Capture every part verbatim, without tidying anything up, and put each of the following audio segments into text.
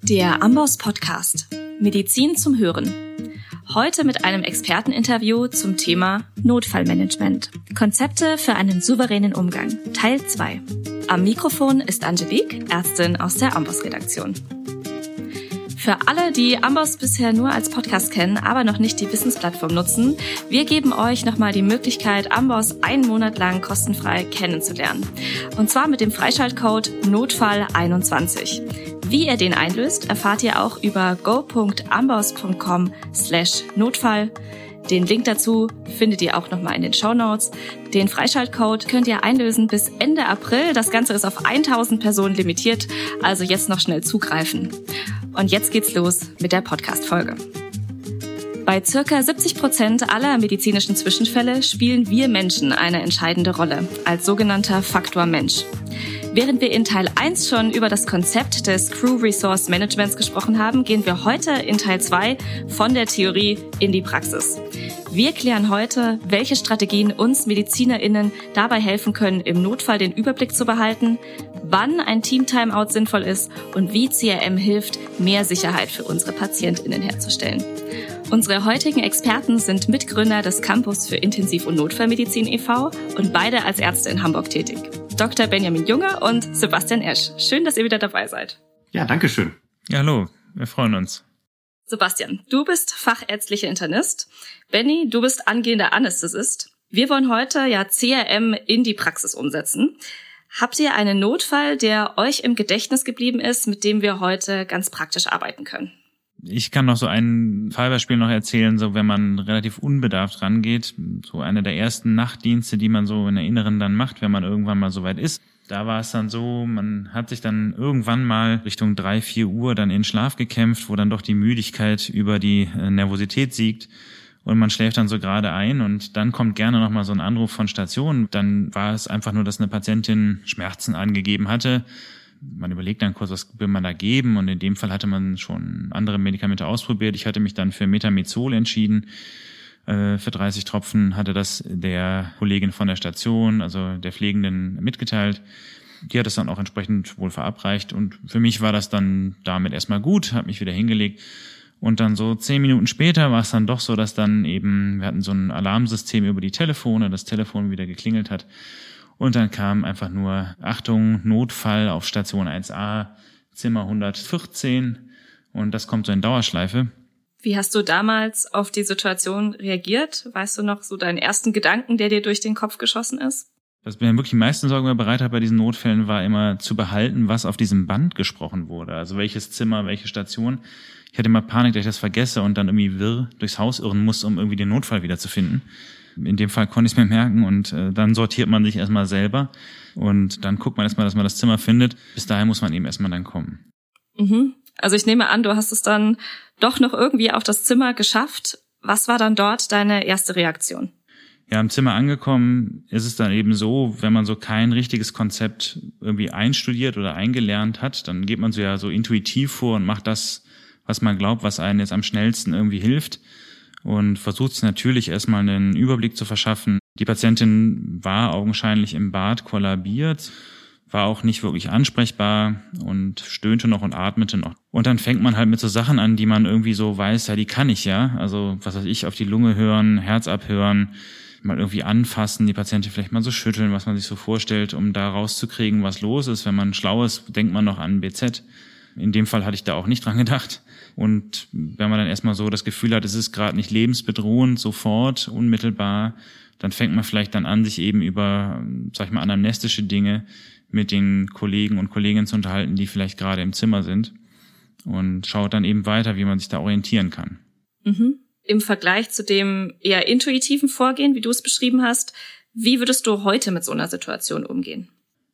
Der Amboss Podcast. Medizin zum Hören. Heute mit einem Experteninterview zum Thema Notfallmanagement. Konzepte für einen souveränen Umgang. Teil zwei. Am Mikrofon ist Angelique, Ärztin aus der Amboss-Redaktion. Für alle, die Amboss bisher nur als Podcast kennen, aber noch nicht die Wissensplattform nutzen, wir geben euch nochmal die Möglichkeit, Amboss einen Monat lang kostenfrei kennenzulernen. Und zwar mit dem Freischaltcode Notfall einundzwanzig. Wie ihr den einlöst, erfahrt ihr auch über go.amboss.com slash Notfall. Den Link dazu findet ihr auch nochmal in den Shownotes. Den Freischaltcode könnt ihr einlösen bis Ende April. Das Ganze ist auf tausend Personen limitiert, also jetzt noch schnell zugreifen. Und jetzt geht's los mit der Podcast-Folge. Bei circa siebzig Prozent aller medizinischen Zwischenfälle spielen wir Menschen eine entscheidende Rolle, als sogenannter Faktor Mensch. Während wir in Teil eins schon über das Konzept des Crew Resource Managements gesprochen haben, gehen wir heute in Teil zwei von der Theorie in die Praxis. Wir klären heute, welche Strategien uns MedizinerInnen dabei helfen können, im Notfall den Überblick zu behalten, wann ein Team-Timeout sinnvoll ist und wie C R M hilft, mehr Sicherheit für unsere PatientInnen herzustellen. Unsere heutigen Experten sind Mitgründer des Campus für Intensiv- und Notfallmedizin e V und beide als Ärzte in Hamburg tätig. Doktor Benjamin Junge und Sebastian Esch. Schön, dass ihr wieder dabei seid. Ja, danke schön. Ja, hallo, wir freuen uns. Sebastian, du bist fachärztlicher Internist. Benny, du bist angehender Anästhesist. Wir wollen heute ja C R M in die Praxis umsetzen. Habt ihr einen Notfall, der euch im Gedächtnis geblieben ist, mit dem wir heute ganz praktisch arbeiten können? Ich kann noch so ein Fallbeispiel noch erzählen, so wenn man relativ unbedarft rangeht. So einer der ersten Nachtdienste, die man so in der Inneren dann macht, wenn man irgendwann mal so weit ist. Da war es dann so, man hat sich dann irgendwann mal Richtung drei, vier Uhr dann in Schlaf gekämpft, wo dann doch die Müdigkeit über die Nervosität siegt. Und man schläft dann so gerade ein und dann kommt gerne nochmal so ein Anruf von Station. Dann war es einfach nur, dass eine Patientin Schmerzen angegeben hatte. Man überlegt dann kurz, was will man da geben, und in dem Fall hatte man schon andere Medikamente ausprobiert. Ich hatte mich dann für Metamizol entschieden, äh, für dreißig Tropfen, hatte das der Kollegin von der Station, also der Pflegenden, mitgeteilt. Die hat es dann auch entsprechend wohl verabreicht, und für mich war das dann damit erstmal gut, habe mich wieder hingelegt. Und dann so zehn Minuten später war es dann doch so, dass dann eben, wir hatten so ein Alarmsystem über die Telefone, das Telefon wieder geklingelt hat. Und dann kam einfach nur, Achtung, Notfall auf Station eins a, Zimmer hundertvierzehn. Und das kommt so in Dauerschleife. Wie hast du damals auf die Situation reagiert? Weißt du noch so deinen ersten Gedanken, der dir durch den Kopf geschossen ist? Was mir wirklich die meisten Sorgen bereitet hat bei diesen Notfällen, war immer zu behalten, was auf diesem Band gesprochen wurde. Also welches Zimmer, welche Station. Ich hatte immer Panik, dass ich das vergesse und dann irgendwie wirr durchs Haus irren muss, um irgendwie den Notfall wiederzufinden. In dem Fall konnte ich es mir merken, und äh, dann sortiert man sich erstmal selber und dann guckt man erstmal, dass man das Zimmer findet. Bis dahin muss man eben erstmal dann kommen. Mhm. Also ich nehme an, du hast es dann doch noch irgendwie auf das Zimmer geschafft. Was war dann dort deine erste Reaktion? Ja, im Zimmer angekommen ist es dann eben so, wenn man so kein richtiges Konzept irgendwie einstudiert oder eingelernt hat, dann geht man so ja so intuitiv vor und macht das, was man glaubt, was einen jetzt am schnellsten irgendwie hilft. Und versucht es natürlich erstmal einen Überblick zu verschaffen. Die Patientin war augenscheinlich im Bad kollabiert, war auch nicht wirklich ansprechbar und stöhnte noch und atmete noch. Und dann fängt man halt mit so Sachen an, die man irgendwie so weiß, ja, die kann ich ja. Also was weiß ich, auf die Lunge hören, Herz abhören, mal irgendwie anfassen, die Patientin vielleicht mal so schütteln, was man sich so vorstellt, um da rauszukriegen, was los ist. Wenn man schlau ist, denkt man noch an B Z. In dem Fall hatte ich da auch nicht dran gedacht. Und wenn man dann erstmal so das Gefühl hat, es ist gerade nicht lebensbedrohend, sofort, unmittelbar, dann fängt man vielleicht dann an, sich eben über, sag ich mal, anamnestische Dinge mit den Kollegen und Kolleginnen zu unterhalten, die vielleicht gerade im Zimmer sind, und schaut dann eben weiter, wie man sich da orientieren kann. Mhm. Im Vergleich zu dem eher intuitiven Vorgehen, wie du es beschrieben hast, wie würdest du heute mit so einer Situation umgehen?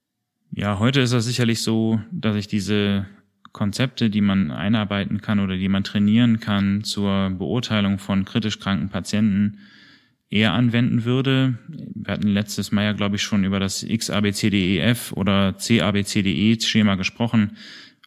Ja, heute ist es sicherlich so, dass ich diese Konzepte, die man einarbeiten kann oder die man trainieren kann zur Beurteilung von kritisch kranken Patienten, eher anwenden würde. Wir hatten letztes Mal ja, glaube ich, schon über das X A B C D E F oder C A B C D E Schema gesprochen.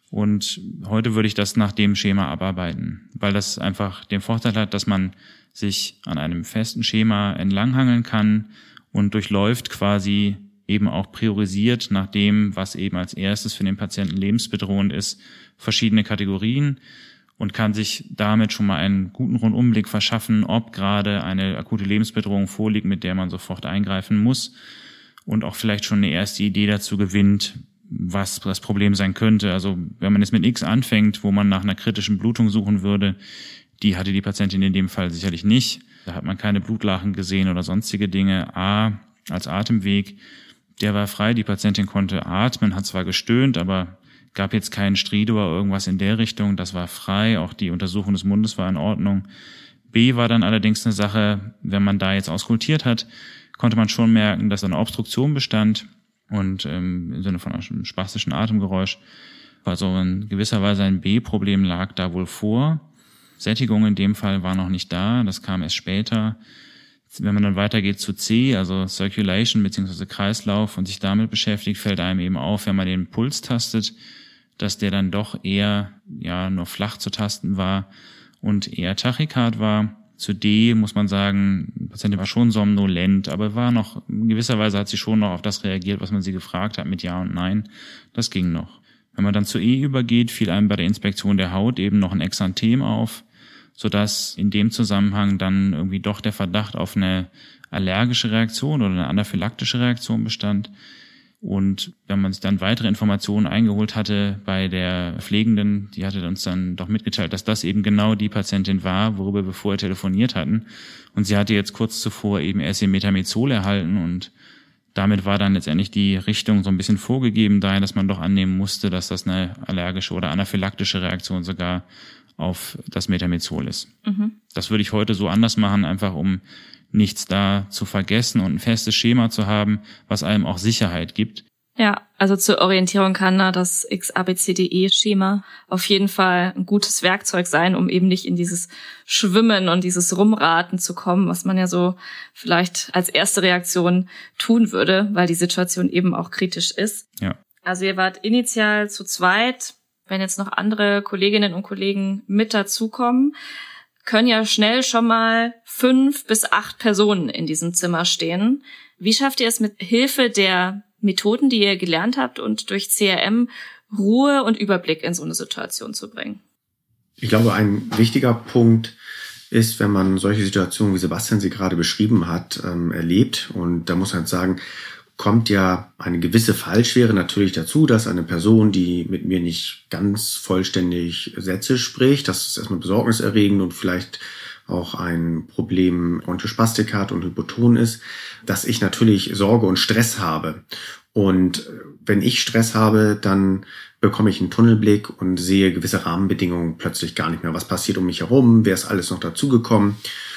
Und heute würde ich das nach dem Schema abarbeiten, weil das einfach den Vorteil hat, dass man sich an einem festen Schema entlanghangeln kann und durchläuft quasi eben auch priorisiert nach dem, was eben als erstes für den Patienten lebensbedrohend ist, verschiedene Kategorien und kann sich damit schon mal einen guten Rundumblick verschaffen, ob gerade eine akute Lebensbedrohung vorliegt, mit der man sofort eingreifen muss und auch vielleicht schon eine erste Idee dazu gewinnt, was das Problem sein könnte. Also wenn man jetzt mit X anfängt, wo man nach einer kritischen Blutung suchen würde, die hatte die Patientin in dem Fall sicherlich nicht. Da hat man keine Blutlachen gesehen oder sonstige Dinge. A als Atemweg, der war frei, die Patientin konnte atmen, hat zwar gestöhnt, aber gab jetzt keinen Stride oder irgendwas in der Richtung, das war frei, auch die Untersuchung des Mundes war in Ordnung. B war dann allerdings eine Sache, wenn man da jetzt auskultiert hat, konnte man schon merken, dass eine Obstruktion bestand und ähm, im Sinne von einem spastischen Atemgeräusch. Also in gewisser Weise ein B-Problem lag da wohl vor. Sättigung in dem Fall war noch nicht da, das kam erst später. Wenn man dann weitergeht zu C, also Circulation bzw. Kreislauf und sich damit beschäftigt, fällt einem eben auf, wenn man den Puls tastet, dass der dann doch eher ja nur flach zu tasten war und eher Tachykard war. Zu D muss man sagen, die Patientin war schon somnolent, aber war noch, in gewisser Weise hat sie schon noch auf das reagiert, was man sie gefragt hat mit Ja und Nein. Das ging noch. Wenn man dann zu E übergeht, fiel einem bei der Inspektion der Haut eben noch ein Exanthem auf, sodass in dem Zusammenhang dann irgendwie doch der Verdacht auf eine allergische Reaktion oder eine anaphylaktische Reaktion bestand. Und wenn man sich dann weitere Informationen eingeholt hatte bei der Pflegenden, die hatte uns dann doch mitgeteilt, dass das eben genau die Patientin war, worüber wir vorher telefoniert hatten. Und sie hatte jetzt kurz zuvor eben erst ihr Metamizol erhalten und damit war dann letztendlich die Richtung so ein bisschen vorgegeben, daher, dass man doch annehmen musste, dass das eine allergische oder anaphylaktische Reaktion sogar auf das Metamizol ist. Mhm. Das würde ich heute so anders machen, einfach um nichts da zu vergessen und ein festes Schema zu haben, was einem auch Sicherheit gibt. Ja, also zur Orientierung kann da das X A B C D E-Schema auf jeden Fall ein gutes Werkzeug sein, um eben nicht in dieses Schwimmen und dieses Rumraten zu kommen, was man ja so vielleicht als erste Reaktion tun würde, weil die Situation eben auch kritisch ist. Ja. Also ihr wart initial zu zweit. Wenn jetzt noch andere Kolleginnen und Kollegen mit dazukommen, können ja schnell schon mal fünf bis acht Personen in diesem Zimmer stehen. Wie schafft ihr es mit Hilfe der Methoden, die ihr gelernt habt und durch C R M Ruhe und Überblick in so eine Situation zu bringen? Ich glaube, ein wichtiger Punkt ist, wenn man solche Situationen, wie Sebastian sie gerade beschrieben hat, ähm, erlebt. Und da muss man sagen, kommt ja eine gewisse Fallschwere natürlich dazu, dass eine Person, die mit mir nicht ganz vollständig Sätze spricht, das ist erstmal besorgniserregend und vielleicht auch ein Problem Bronchospastik hat und hypoton ist, dass ich natürlich Sorge und Stress habe. Und wenn ich Stress habe, dann bekomme ich einen Tunnelblick und sehe gewisse Rahmenbedingungen plötzlich gar nicht mehr. Was passiert um mich herum? Wer ist alles noch dazugekommen?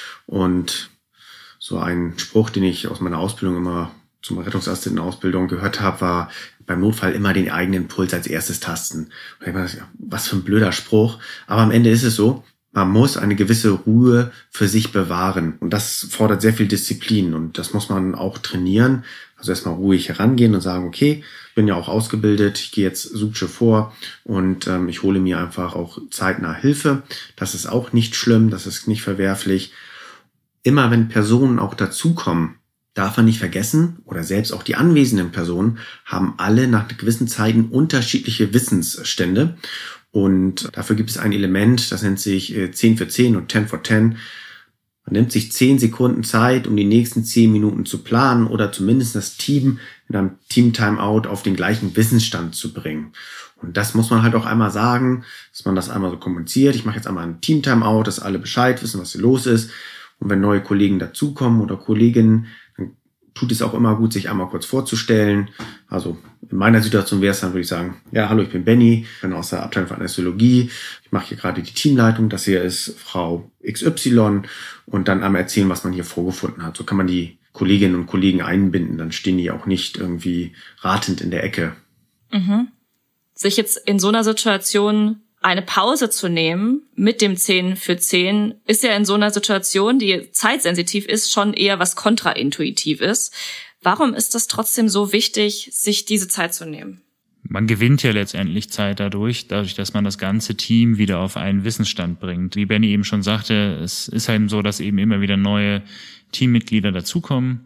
Und so ein Spruch, den ich aus meiner Ausbildung immer zum Rettungsassistentenausbildung gehört habe, war beim Notfall immer den eigenen Puls als erstes tasten. Und ich dachte, was für ein blöder Spruch. Aber am Ende ist es so, man muss eine gewisse Ruhe für sich bewahren. Und das fordert sehr viel Disziplin. Und das muss man auch trainieren. Also erstmal ruhig herangehen und sagen, okay, ich bin ja auch ausgebildet, ich gehe jetzt Suche vor und ähm, ich hole mir einfach auch zeitnah Hilfe. Das ist auch nicht schlimm, das ist nicht verwerflich. Immer wenn Personen auch dazukommen, darf man nicht vergessen, oder selbst auch die anwesenden Personen haben alle nach gewissen Zeiten unterschiedliche Wissensstände. Und dafür gibt es ein Element, das nennt sich zehn für zehn und zehn for zehn. Man nimmt sich zehn Sekunden Zeit, um die nächsten zehn Minuten zu planen oder zumindest das Team in einem Team-Timeout auf den gleichen Wissensstand zu bringen. Und das muss man halt auch einmal sagen, dass man das einmal so kommuniziert. Ich mache jetzt einmal ein Team-Timeout, dass alle Bescheid wissen, was hier los ist. Und wenn neue Kollegen dazukommen oder Kolleginnen, dann tut es auch immer gut, sich einmal kurz vorzustellen. Also in meiner Situation wäre es dann, würde ich sagen, ja, hallo, ich bin Benny, bin aus der Abteilung für Anästhesiologie. Ich mache hier gerade die Teamleitung. Das hier ist Frau X Y. Und dann einmal erzählen, was man hier vorgefunden hat. So kann man die Kolleginnen und Kollegen einbinden. Dann stehen die auch nicht irgendwie ratend in der Ecke. Mhm. Sich jetzt in so einer Situation eine Pause zu nehmen mit dem zehn für zehn ist ja in so einer Situation, die zeitsensitiv ist, schon eher was Kontraintuitives. Warum ist das trotzdem so wichtig, sich diese Zeit zu nehmen? Man gewinnt ja letztendlich Zeit dadurch, dadurch, dass man das ganze Team wieder auf einen Wissensstand bringt. Wie Benny eben schon sagte, es ist halt so, dass eben immer wieder neue Teammitglieder dazukommen.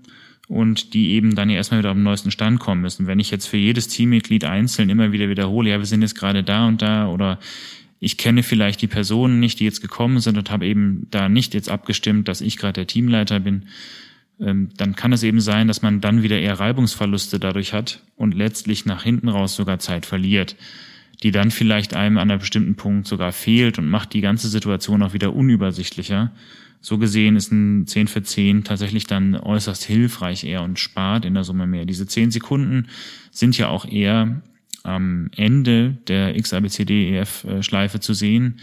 und die eben dann ja erstmal wieder auf den neuesten Stand kommen müssen. Wenn ich jetzt für jedes Teammitglied einzeln immer wieder wiederhole, ja, wir sind jetzt gerade da und da, oder ich kenne vielleicht die Personen nicht, die jetzt gekommen sind und habe eben da nicht jetzt abgestimmt, dass ich gerade der Teamleiter bin, ähm, dann kann es eben sein, dass man dann wieder eher Reibungsverluste dadurch hat und letztlich nach hinten raus sogar Zeit verliert, die dann vielleicht einem an einem bestimmten Punkt sogar fehlt und macht die ganze Situation auch wieder unübersichtlicher. So gesehen ist ein zehn für zehn tatsächlich dann äußerst hilfreich eher und spart in der Summe mehr. Diese zehn Sekunden sind ja auch eher am Ende der X A B C D E F Schleife zu sehen.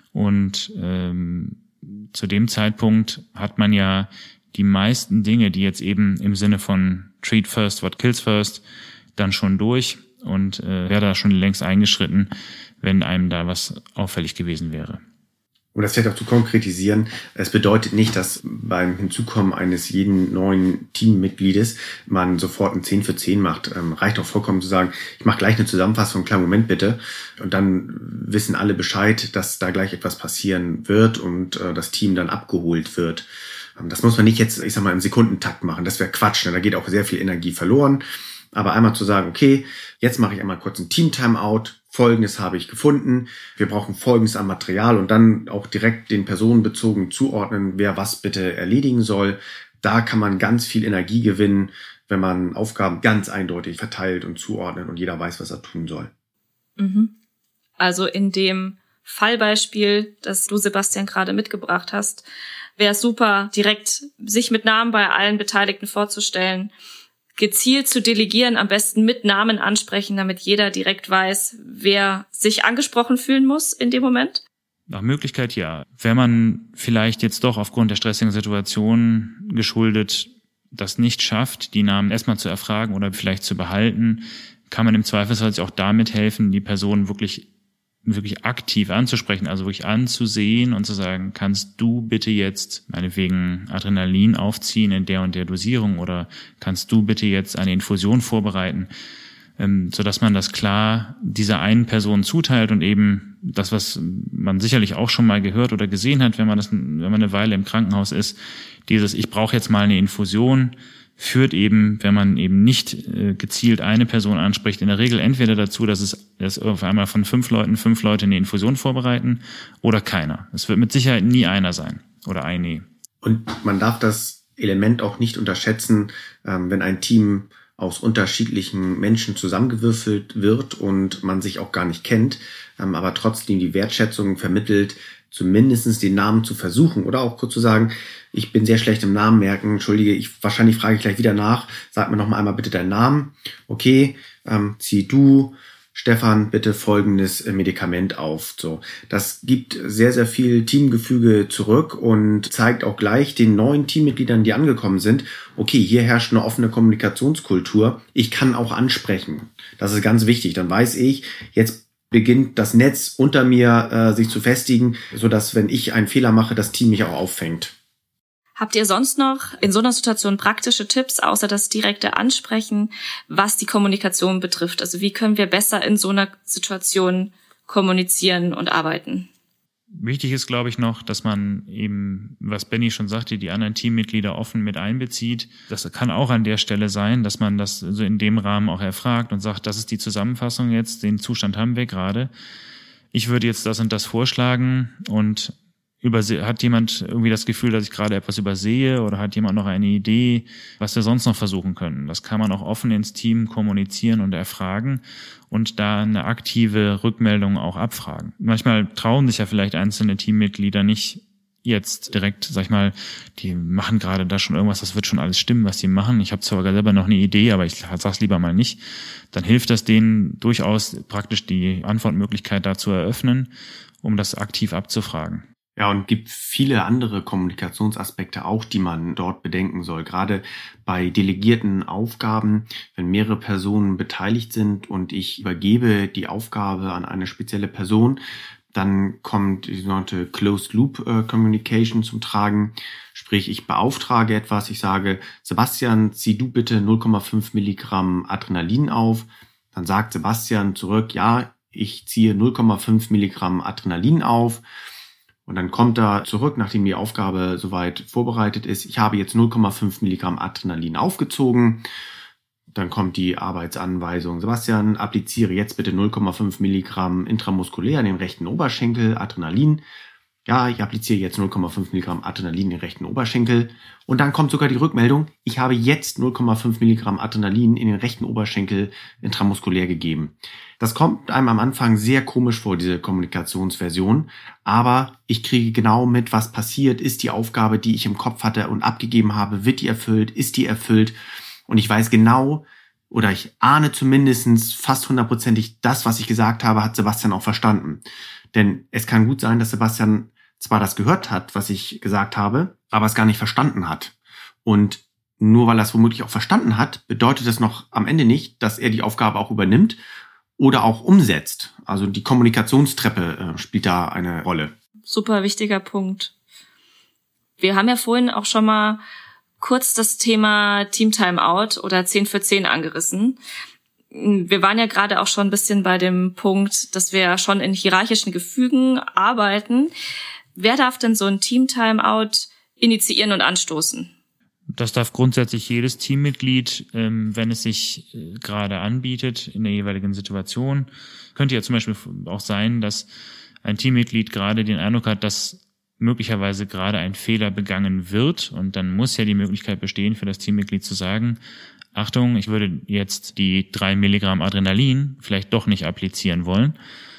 Und ähm, zu dem Zeitpunkt hat man ja die meisten Dinge, die jetzt eben im Sinne von Treat First, What Kills First, dann schon durch und äh, wäre da schon längst eingeschritten, wenn einem da was auffällig gewesen wäre. Um das vielleicht auch zu konkretisieren, es bedeutet nicht, dass beim Hinzukommen eines jeden neuen Teammitgliedes man sofort ein zehn für zehn macht. Ähm, reicht auch vollkommen zu sagen, ich mache gleich eine Zusammenfassung, kleinen Moment bitte. Und dann wissen alle Bescheid, dass da gleich etwas passieren wird und äh, das Team dann abgeholt wird. Ähm, das muss man nicht jetzt, ich sag mal, im Sekundentakt machen. Das wäre Quatsch, ne? Da geht auch sehr viel Energie verloren. Aber einmal zu sagen, okay, jetzt mache ich einmal kurz ein Team-Timeout, Folgendes habe ich gefunden, wir brauchen Folgendes an Material und dann auch direkt den personenbezogen zuordnen, wer was bitte erledigen soll. Da kann man ganz viel Energie gewinnen, wenn man Aufgaben ganz eindeutig verteilt und zuordnet und jeder weiß, was er tun soll. Mhm. Also in dem Fallbeispiel, das du, Sebastian, gerade mitgebracht hast, wäre es super, direkt sich mit Namen bei allen Beteiligten vorzustellen, gezielt zu delegieren, am besten mit Namen ansprechen, damit jeder direkt weiß, wer sich angesprochen fühlen muss in dem Moment? Nach Möglichkeit ja. Wenn man vielleicht jetzt doch aufgrund der stressigen Situation geschuldet das nicht schafft, die Namen erstmal zu erfragen oder vielleicht zu behalten, kann man im Zweifelsfall sich auch damit helfen, die Person wirklich wirklich aktiv anzusprechen, also wirklich anzusehen und zu sagen, kannst du bitte jetzt meinetwegen Adrenalin aufziehen in der und der Dosierung oder kannst du bitte jetzt eine Infusion vorbereiten, ähm, sodass man das klar dieser einen Person zuteilt und eben das, was man sicherlich auch schon mal gehört oder gesehen hat, wenn man das, wenn man eine Weile im Krankenhaus ist, dieses ich brauche jetzt mal eine Infusion, führt eben, wenn man eben nicht äh, gezielt eine Person anspricht, in der Regel entweder dazu, dass es dass auf einmal von fünf Leuten fünf Leute eine Infusion vorbereiten oder keiner. Es wird mit Sicherheit nie einer sein oder eine. Und man darf das Element auch nicht unterschätzen, ähm, wenn ein Team aus unterschiedlichen Menschen zusammengewürfelt wird und man sich auch gar nicht kennt, ähm, aber trotzdem die Wertschätzung vermittelt, zumindest den Namen zu versuchen oder auch kurz zu sagen, ich bin sehr schlecht im Namen merken, entschuldige, ich wahrscheinlich frage ich gleich wieder nach, sag mir noch mal einmal bitte deinen Namen. Okay, ähm, zieh du, Stefan, bitte folgendes Medikament auf. So, das gibt sehr, sehr viel Teamgefüge zurück und zeigt auch gleich den neuen Teammitgliedern, die angekommen sind, okay, hier herrscht eine offene Kommunikationskultur, ich kann auch ansprechen. Das ist ganz wichtig, dann weiß ich, jetzt beginnt das Netz unter mir äh, sich zu festigen, sodass, wenn ich einen Fehler mache, das Team mich auch auffängt. Habt ihr sonst noch in so einer Situation praktische Tipps, außer das direkte Ansprechen, was die Kommunikation betrifft? Also wie können wir besser in so einer Situation kommunizieren und arbeiten? Wichtig ist, glaube ich, noch, dass man eben, was Benny schon sagte, die anderen Teammitglieder offen mit einbezieht. Das kann auch an der Stelle sein, dass man das so in dem Rahmen auch erfragt und sagt, das ist die Zusammenfassung jetzt, den Zustand haben wir gerade. Ich würde jetzt das und das vorschlagen und Überse- hat jemand irgendwie das Gefühl, dass ich gerade etwas übersehe oder hat jemand noch eine Idee, was wir sonst noch versuchen können? Das kann man auch offen ins Team kommunizieren und erfragen und da eine aktive Rückmeldung auch abfragen. Manchmal trauen sich ja vielleicht einzelne Teammitglieder nicht jetzt direkt, sag ich mal, die machen gerade da schon irgendwas, das wird schon alles stimmen, was die machen. Ich habe zwar selber noch eine Idee, aber ich sag's lieber mal nicht. Dann hilft das denen durchaus praktisch die Antwortmöglichkeit da zu eröffnen, um das aktiv abzufragen. Ja, und gibt viele andere Kommunikationsaspekte auch, die man dort bedenken soll. Gerade bei delegierten Aufgaben, wenn mehrere Personen beteiligt sind und ich übergebe die Aufgabe an eine spezielle Person, dann kommt die sogenannte Closed Loop äh, Communication zum Tragen. Sprich, ich beauftrage etwas, ich sage, Sebastian, zieh du bitte null Komma fünf Milligramm Adrenalin auf. Dann sagt Sebastian zurück, ja, ich ziehe null Komma fünf Milligramm Adrenalin auf. Und dann kommt er zurück, nachdem die Aufgabe soweit vorbereitet ist. Ich habe jetzt null Komma fünf Milligramm Adrenalin aufgezogen. Dann kommt die Arbeitsanweisung. Sebastian, appliziere jetzt bitte null Komma fünf Milligramm intramuskulär in den rechten Oberschenkel Adrenalin. Ja, ich appliziere jetzt null Komma fünf Milligramm Adrenalin in den rechten Oberschenkel. Und dann kommt sogar die Rückmeldung, ich habe jetzt null Komma fünf Milligramm Adrenalin in den rechten Oberschenkel intramuskulär gegeben. Das kommt einem am Anfang sehr komisch vor, diese Kommunikationsversion. Aber ich kriege genau mit, was passiert. Ist die Aufgabe, die ich im Kopf hatte und abgegeben habe, wird die erfüllt? Ist die erfüllt? Und ich weiß genau, oder ich ahne zumindest fast hundertprozentig, das, was ich gesagt habe, hat Sebastian auch verstanden. Denn es kann gut sein, dass Sebastian zwar das gehört hat, was ich gesagt habe, aber es gar nicht verstanden hat. Und nur weil er es womöglich auch verstanden hat, bedeutet das noch am Ende nicht, dass er die Aufgabe auch übernimmt oder auch umsetzt. Also die Kommunikationstreppe äh, spielt da eine Rolle. Super wichtiger Punkt. Wir haben ja vorhin auch schon mal kurz das Thema Team Timeout oder zehn für zehn angerissen. Wir waren ja gerade auch schon ein bisschen bei dem Punkt, dass wir schon in hierarchischen Gefügen arbeiten. Wer darf denn so ein Team Timeout initiieren und anstoßen? Das darf grundsätzlich jedes Teammitglied, ähm, wenn es sich äh, gerade anbietet in der jeweiligen Situation. Könnte ja zum Beispiel auch sein, dass ein Teammitglied gerade den Eindruck hat, dass möglicherweise gerade ein Fehler begangen wird. Und dann muss ja die Möglichkeit bestehen, für das Teammitglied zu sagen, Achtung, ich würde jetzt die drei Milligramm Adrenalin vielleicht doch nicht applizieren wollen.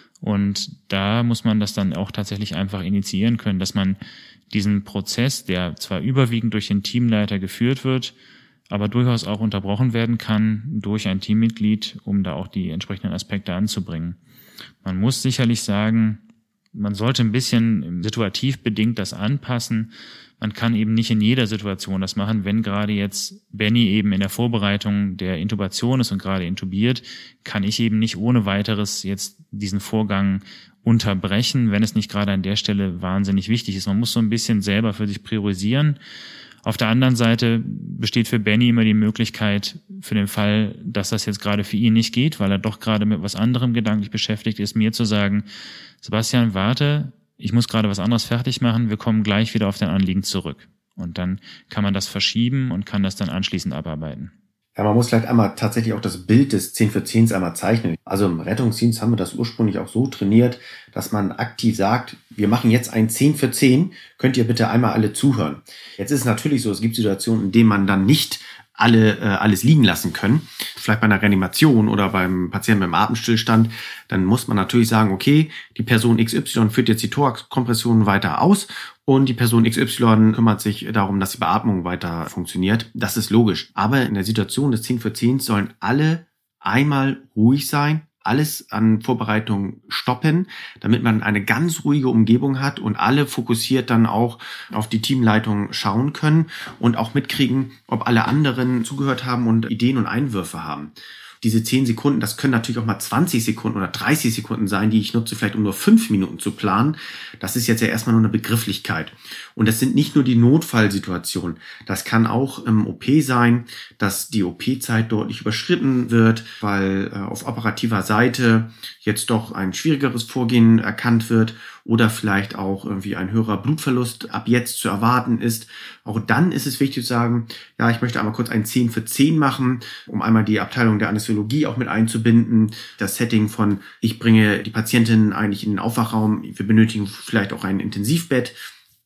Und da muss man das dann auch tatsächlich einfach initiieren können, dass man diesen Prozess, der zwar überwiegend durch den Teamleiter geführt wird, aber durchaus auch unterbrochen werden kann durch ein Teammitglied, um da auch die entsprechenden Aspekte anzubringen. Man muss sicherlich sagen, man sollte ein bisschen situativ bedingt das anpassen. Man kann eben nicht in jeder Situation das machen. Wenn gerade jetzt Benny eben in der Vorbereitung der Intubation ist und gerade intubiert, kann ich eben nicht ohne weiteres jetzt diesen Vorgang unterbrechen, wenn es nicht gerade an der Stelle wahnsinnig wichtig ist. Man muss so ein bisschen selber für sich priorisieren. Auf der anderen Seite besteht für Benny immer die Möglichkeit, für den Fall, dass das jetzt gerade für ihn nicht geht, weil er doch gerade mit was anderem gedanklich beschäftigt ist, mir zu sagen, Sebastian, warte, ich muss gerade was anderes fertig machen, wir kommen gleich wieder auf dein Anliegen zurück. Und dann kann man das verschieben und kann das dann anschließend abarbeiten. Ja, man muss vielleicht einmal tatsächlich auch das Bild des zehn für zehn einmal zeichnen. Also im Rettungsdienst haben wir das ursprünglich auch so trainiert, dass man aktiv sagt, wir machen jetzt ein zehn für zehn, könnt ihr bitte einmal alle zuhören. Jetzt ist es natürlich so, es gibt Situationen, in denen man dann nicht alle äh, alles liegen lassen können. Vielleicht bei einer Reanimation oder beim Patienten mit einem Atemstillstand, dann muss man natürlich sagen, okay, die Person X Y führt jetzt die Thoraxkompression weiter aus und die Person X Y kümmert sich darum, dass die Beatmung weiter funktioniert. Das ist logisch. Aber in der Situation des zehn für zehn sollen alle einmal ruhig sein, alles an Vorbereitung stoppen, damit man eine ganz ruhige Umgebung hat und alle fokussiert dann auch auf die Teamleitung schauen können und auch mitkriegen, ob alle anderen zugehört haben und Ideen und Einwürfe haben. Diese zehn Sekunden, das können natürlich auch mal zwanzig Sekunden oder dreißig Sekunden sein, die ich nutze, vielleicht um nur fünf Minuten zu planen. Das ist jetzt ja erstmal nur eine Begrifflichkeit. Und das sind nicht nur die Notfallsituationen. Das kann auch im O P sein, dass die O P-Zeit deutlich überschritten wird, weil äh, auf operativer Seite jetzt doch ein schwierigeres Vorgehen erkannt wird oder vielleicht auch irgendwie ein höherer Blutverlust ab jetzt zu erwarten ist. Auch dann ist es wichtig zu sagen, ja, ich möchte einmal kurz ein zehn für zehn machen, um einmal die Abteilung der Anästhesiologie auch mit einzubinden. Das Setting von, ich bringe die Patientin eigentlich in den Aufwachraum, wir benötigen vielleicht auch ein Intensivbett.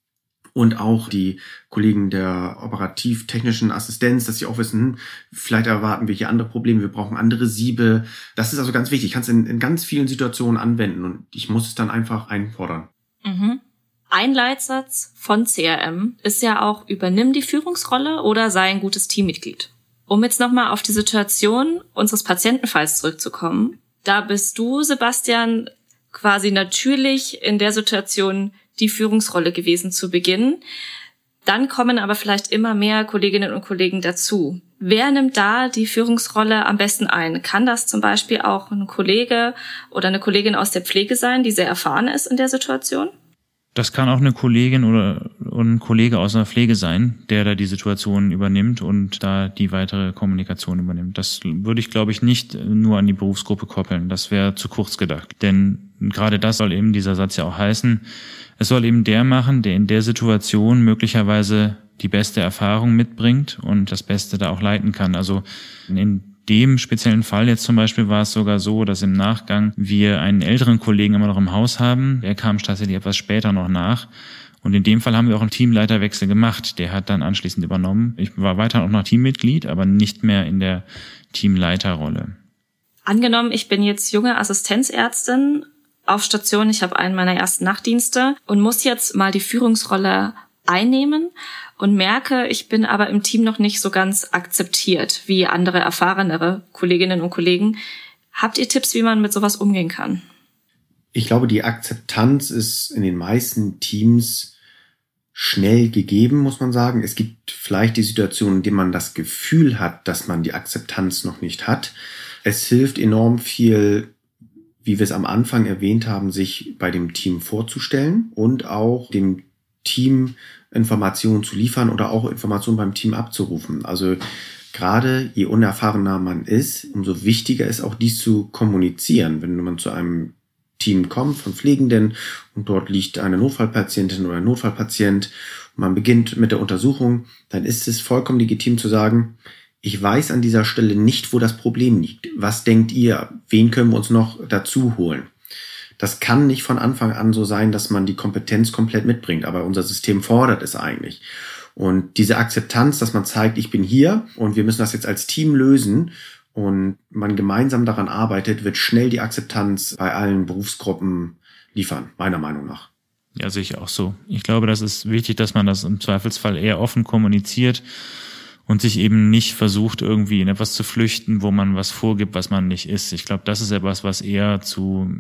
Und auch die Kollegen der operativ-technischen Assistenz, dass sie auch wissen, hm, vielleicht erwarten wir hier andere Probleme, wir brauchen andere Siebe. Das ist also ganz wichtig. Ich kann es in, in ganz vielen Situationen anwenden und ich muss es dann einfach einfordern. Mhm. Ein Leitsatz von C R M ist ja auch, übernimm die Führungsrolle oder sei ein gutes Teammitglied. Um jetzt nochmal auf die Situation unseres Patientenfalls zurückzukommen, da bist du, Sebastian, quasi natürlich in der Situation die Führungsrolle gewesen zu Beginn. Dann kommen aber vielleicht immer mehr Kolleginnen und Kollegen dazu. Wer nimmt da die Führungsrolle am besten ein? Kann das zum Beispiel auch ein Kollege oder eine Kollegin aus der Pflege sein, die sehr erfahren ist in der Situation? Das kann auch eine Kollegin oder ein Kollege aus der Pflege sein, der da die Situation übernimmt und da die weitere Kommunikation übernimmt. Das würde ich, glaube ich, nicht nur an die Berufsgruppe koppeln. Das wäre zu kurz gedacht. Denn gerade das soll eben dieser Satz ja auch heißen. Es soll eben der machen, der in der Situation möglicherweise die beste Erfahrung mitbringt und das Beste da auch leiten kann. Also in dem speziellen Fall jetzt zum Beispiel war es sogar so, dass im Nachgang wir einen älteren Kollegen immer noch im Haus haben. Der kam tatsächlich etwas später noch nach. Und in dem Fall haben wir auch einen Teamleiterwechsel gemacht. Der hat dann anschließend übernommen. Ich war weiter auch noch Teammitglied, aber nicht mehr in der Teamleiterrolle. Angenommen, ich bin jetzt junge Assistenzärztin auf Station. Ich habe einen meiner ersten Nachtdienste und muss jetzt mal die Führungsrolle einnehmen und merke, ich bin aber im Team noch nicht so ganz akzeptiert wie andere erfahrenere Kolleginnen und Kollegen. Habt ihr Tipps, wie man mit sowas umgehen kann? Ich glaube, die Akzeptanz ist in den meisten Teams schnell gegeben, muss man sagen. Es gibt vielleicht die Situation, in der man das Gefühl hat, dass man die Akzeptanz noch nicht hat. Es hilft enorm viel, wie wir es am Anfang erwähnt haben, sich bei dem Team vorzustellen und auch dem Team Informationen zu liefern oder auch Informationen beim Team abzurufen. Also gerade je unerfahrener man ist, umso wichtiger ist auch dies zu kommunizieren. Wenn man zu einem Team kommt von Pflegenden und dort liegt eine Notfallpatientin oder ein Notfallpatient und man beginnt mit der Untersuchung, dann ist es vollkommen legitim zu sagen, ich weiß an dieser Stelle nicht, wo das Problem liegt. Was denkt ihr? Wen können wir uns noch dazu holen? Das kann nicht von Anfang an so sein, dass man die Kompetenz komplett mitbringt, aber unser System fordert es eigentlich. Und diese Akzeptanz, dass man zeigt, ich bin hier und wir müssen das jetzt als Team lösen und man gemeinsam daran arbeitet, wird schnell die Akzeptanz bei allen Berufsgruppen liefern, meiner Meinung nach. Ja, sehe ich auch so. Ich glaube, das ist wichtig, dass man das im Zweifelsfall eher offen kommuniziert und sich eben nicht versucht, irgendwie in etwas zu flüchten, wo man was vorgibt, was man nicht ist. Ich glaube, das ist etwas, was eher zu,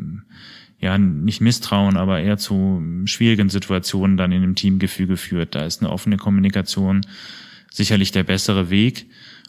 ja, nicht Misstrauen, aber eher zu schwierigen Situationen dann in dem Teamgefüge führt. Da ist eine offene Kommunikation sicherlich der bessere Weg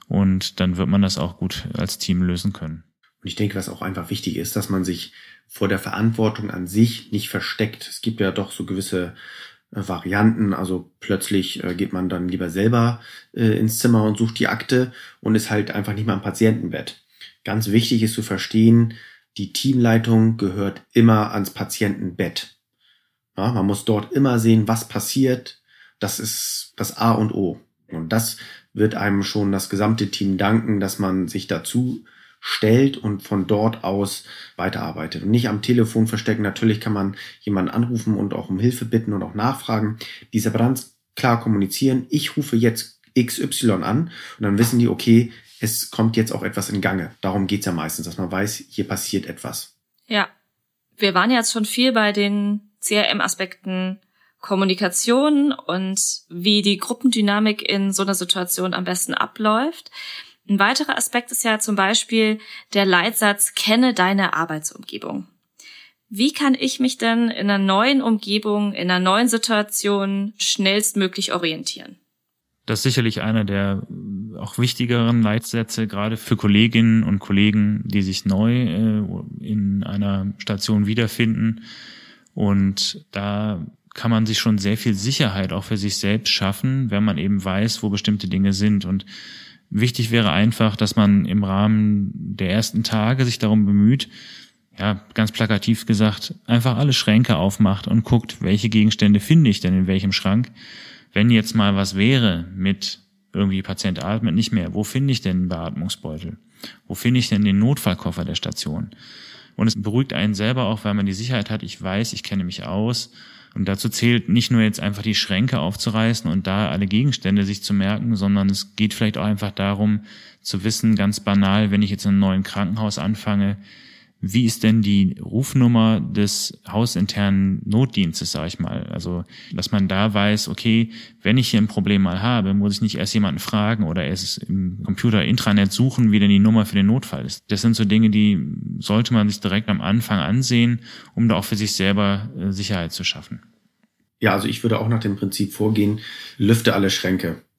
und dann wird man das auch gut als Team lösen können. Und ich denke, was auch einfach wichtig ist, dass man sich vor der Verantwortung an sich nicht versteckt. Es gibt ja doch so gewisse äh, Varianten, also plötzlich äh, geht man dann lieber selber äh, ins Zimmer und sucht die Akte und ist halt einfach nicht mehr am Patientenbett. Ganz wichtig ist zu verstehen, die Teamleitung gehört immer ans Patientenbett. Ja, man muss dort immer sehen, was passiert. Das ist das A und O. Und das wird einem schon das gesamte Team danken, dass man sich dazu stellt und von dort aus weiterarbeitet. Und nicht am Telefon verstecken. Natürlich kann man jemanden anrufen und auch um Hilfe bitten und auch nachfragen. Diese aber ganz klar kommunizieren. Ich rufe jetzt X Y an und dann wissen die, okay, es kommt jetzt auch etwas in Gange. Darum geht's ja meistens, dass man weiß, hier passiert etwas. Ja, wir waren jetzt schon viel bei den C R M-Aspekten Kommunikation und wie die Gruppendynamik in so einer Situation am besten abläuft. Ein weiterer Aspekt ist ja zum Beispiel der Leitsatz, kenne deine Arbeitsumgebung. Wie kann ich mich denn in einer neuen Umgebung, in einer neuen Situation schnellstmöglich orientieren? Das ist sicherlich einer der auch wichtigeren Leitsätze, gerade für Kolleginnen und Kollegen, die sich neu äh, in einer Station wiederfinden. Und da kann man sich schon sehr viel Sicherheit auch für sich selbst schaffen, wenn man eben weiß, wo bestimmte Dinge sind. Und wichtig wäre einfach, dass man im Rahmen der ersten Tage sich darum bemüht, ja, ganz plakativ gesagt, einfach alle Schränke aufmacht und guckt, welche Gegenstände finde ich denn in welchem Schrank. Wenn jetzt mal was wäre mit irgendwie Patient atmet nicht mehr, wo finde ich denn einen Beatmungsbeutel? Wo finde ich denn den Notfallkoffer der Station? Und es beruhigt einen selber auch, weil man die Sicherheit hat, ich weiß, ich kenne mich aus. Und dazu zählt nicht nur jetzt einfach die Schränke aufzureißen und da alle Gegenstände sich zu merken, sondern es geht vielleicht auch einfach darum zu wissen, ganz banal, wenn ich jetzt in einem neuen Krankenhaus anfange, wie ist denn die Rufnummer des hausinternen Notdienstes, sag ich mal. Also, dass man da weiß, okay, wenn ich hier ein Problem mal habe, muss ich nicht erst jemanden fragen oder erst im Computer-Intranet suchen, wie denn die Nummer für den Notfall ist. Das sind so Dinge, die sollte man sich direkt am Anfang ansehen, um da auch für sich selber Sicherheit zu schaffen. Ja, also ich würde auch nach dem Prinzip vorgehen, lüfte alle Schränke.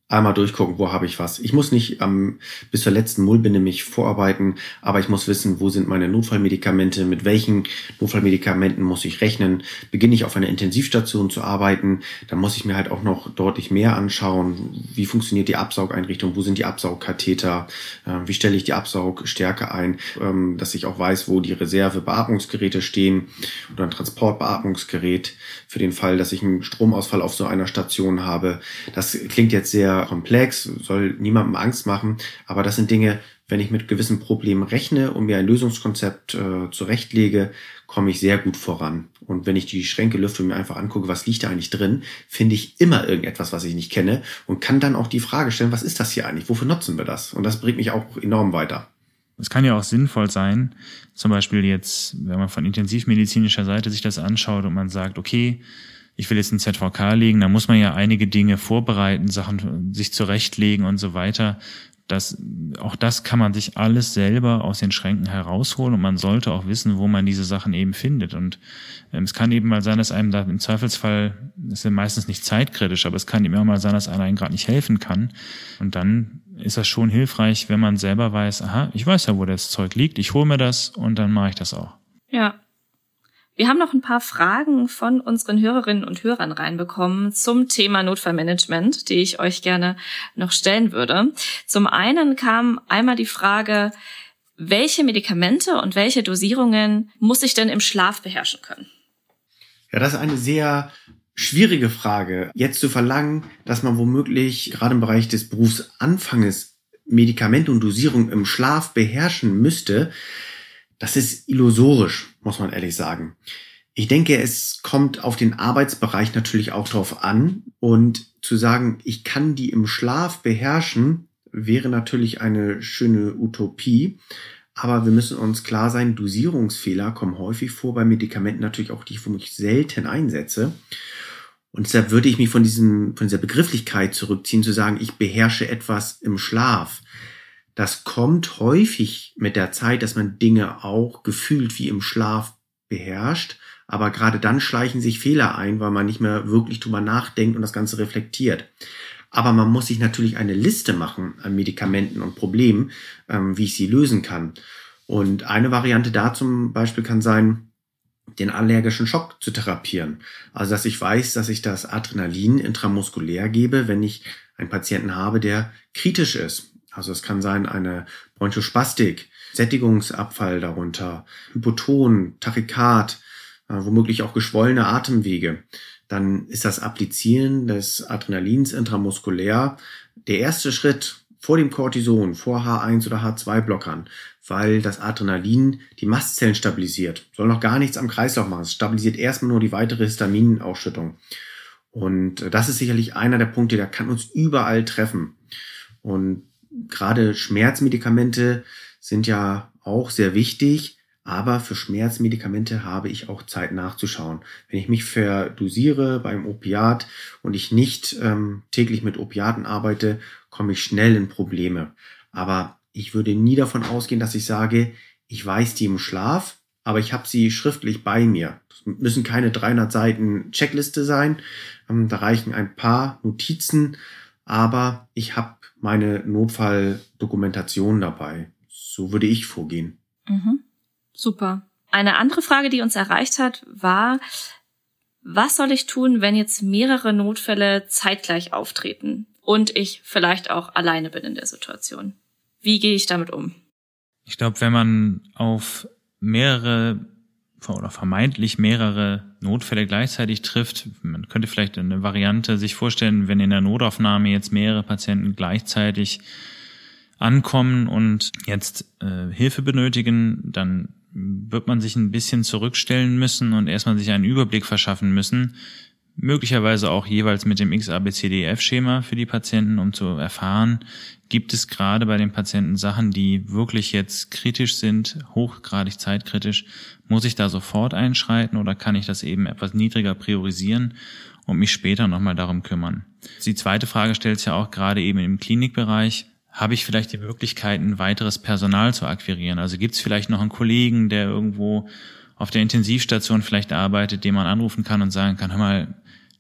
einmal durchgucken, wo habe ich was. Ich muss nicht ähm, bis zur letzten Mullbinde mich vorarbeiten, aber ich muss wissen, wo sind meine Notfallmedikamente, mit welchen Notfallmedikamenten muss ich rechnen. Beginne ich auf einer Intensivstation zu arbeiten, dann muss ich mir halt auch noch deutlich mehr anschauen, wie funktioniert die Absaugeinrichtung, wo sind die Absaugkatheter, äh, wie stelle ich die Absaugstärke ein, ähm, dass ich auch weiß, wo die Reservebeatmungsgeräte stehen oder ein Transportbeatmungsgerät für den Fall, dass ich einen Stromausfall auf so einer Station habe. Das klingt jetzt sehr komplex, soll niemandem Angst machen, aber das sind Dinge, wenn ich mit gewissen Problemen rechne und mir ein Lösungskonzept äh, zurechtlege, komme ich sehr gut voran. Und wenn ich die Schränke lüfte und mir einfach angucke, was liegt da eigentlich drin, finde ich immer irgendetwas, was ich nicht kenne und kann dann auch die Frage stellen, was ist das hier eigentlich? Wofür nutzen wir das? Und das bringt mich auch enorm weiter. Es kann ja auch sinnvoll sein, zum Beispiel jetzt, wenn man von intensivmedizinischer Seite sich das anschaut und man sagt, okay, ich will jetzt ein Z V K legen, da muss man ja einige Dinge vorbereiten, Sachen sich zurechtlegen und so weiter. Das, auch das kann man sich alles selber aus den Schränken herausholen und man sollte auch wissen, wo man diese Sachen eben findet. Und ähm, es kann eben mal sein, dass einem da im Zweifelsfall, das ist ja meistens nicht zeitkritisch, aber es kann eben auch mal sein, dass einer einem gerade nicht helfen kann. Und dann ist das schon hilfreich, wenn man selber weiß, aha, ich weiß ja, wo das Zeug liegt, ich hole mir das und dann mache ich das auch. Ja. Wir haben noch ein paar Fragen von unseren Hörerinnen und Hörern reinbekommen zum Thema Notfallmanagement, die ich euch gerne noch stellen würde. Zum einen kam einmal die Frage, welche Medikamente und welche Dosierungen muss ich denn im Schlaf beherrschen können? Ja, das ist eine sehr schwierige Frage. Jetzt zu verlangen, dass man womöglich gerade im Bereich des Berufsanfanges Medikamente und Dosierung im Schlaf beherrschen müsste, das ist illusorisch, muss man ehrlich sagen. Ich denke, es kommt auf den Arbeitsbereich natürlich auch drauf an. Und zu sagen, ich kann die im Schlaf beherrschen, wäre natürlich eine schöne Utopie. Aber wir müssen uns klar sein, Dosierungsfehler kommen häufig vor bei Medikamenten, natürlich auch die ich womöglich selten einsetze. Und deshalb würde ich mich von diesem, von dieser Begrifflichkeit zurückziehen, zu sagen, ich beherrsche etwas im Schlaf. Das kommt häufig mit der Zeit, dass man Dinge auch gefühlt wie im Schlaf beherrscht, aber gerade dann schleichen sich Fehler ein, weil man nicht mehr wirklich drüber nachdenkt und das Ganze reflektiert. Aber man muss sich natürlich eine Liste machen an Medikamenten und Problemen, ähm, wie ich sie lösen kann. Und eine Variante da zum Beispiel kann sein, den allergischen Schock zu therapieren. Also dass ich weiß, dass ich das Adrenalin intramuskulär gebe, wenn ich einen Patienten habe, der kritisch ist. Also es kann sein eine Bronchospastik, Sättigungsabfall darunter, Hypoton, Tachykard, äh, womöglich auch geschwollene Atemwege. Dann ist das Applizieren des Adrenalins intramuskulär der erste Schritt vor dem Cortison, vor H eins oder H zwei Blockern, weil das Adrenalin die Mastzellen stabilisiert. Soll noch gar nichts am Kreislauf machen. Es stabilisiert erstmal nur die weitere Histaminausschüttung. Und das ist sicherlich einer der Punkte, der kann uns überall treffen. Und gerade Schmerzmedikamente sind ja auch sehr wichtig, aber für Schmerzmedikamente habe ich auch Zeit nachzuschauen. Wenn ich mich verdosiere beim Opiat und ich nicht ähm, täglich mit Opiaten arbeite, komme ich schnell in Probleme. Aber ich würde nie davon ausgehen, dass ich sage, ich weiß die im Schlaf, aber ich habe sie schriftlich bei mir. Das müssen keine dreihundert Seiten Checkliste sein, ähm, da reichen ein paar Notizen, aber ich habe meine Notfalldokumentation dabei. So würde ich vorgehen. Mhm. Super. Eine andere Frage, die uns erreicht hat, war, was soll ich tun, wenn jetzt mehrere Notfälle zeitgleich auftreten und ich vielleicht auch alleine bin in der Situation? Wie gehe ich damit um? Ich glaube, wenn man auf mehrere oder vermeintlich mehrere Notfälle gleichzeitig trifft, man könnte vielleicht eine Variante sich vorstellen, wenn in der Notaufnahme jetzt mehrere Patienten gleichzeitig ankommen und jetzt äh, Hilfe benötigen, dann wird man sich ein bisschen zurückstellen müssen und erstmal sich einen Überblick verschaffen müssen, möglicherweise auch jeweils mit dem X A B C D E F-Schema für die Patienten, um zu erfahren, gibt es gerade bei den Patienten Sachen, die wirklich jetzt kritisch sind, hochgradig zeitkritisch, muss ich da sofort einschreiten oder kann ich das eben etwas niedriger priorisieren und mich später nochmal darum kümmern? Die zweite Frage stellt sich ja auch gerade eben im Klinikbereich, habe ich vielleicht die Möglichkeit, ein weiteres Personal zu akquirieren? Also gibt es vielleicht noch einen Kollegen, der irgendwo auf der Intensivstation vielleicht arbeitet, den man anrufen kann und sagen kann, hör mal,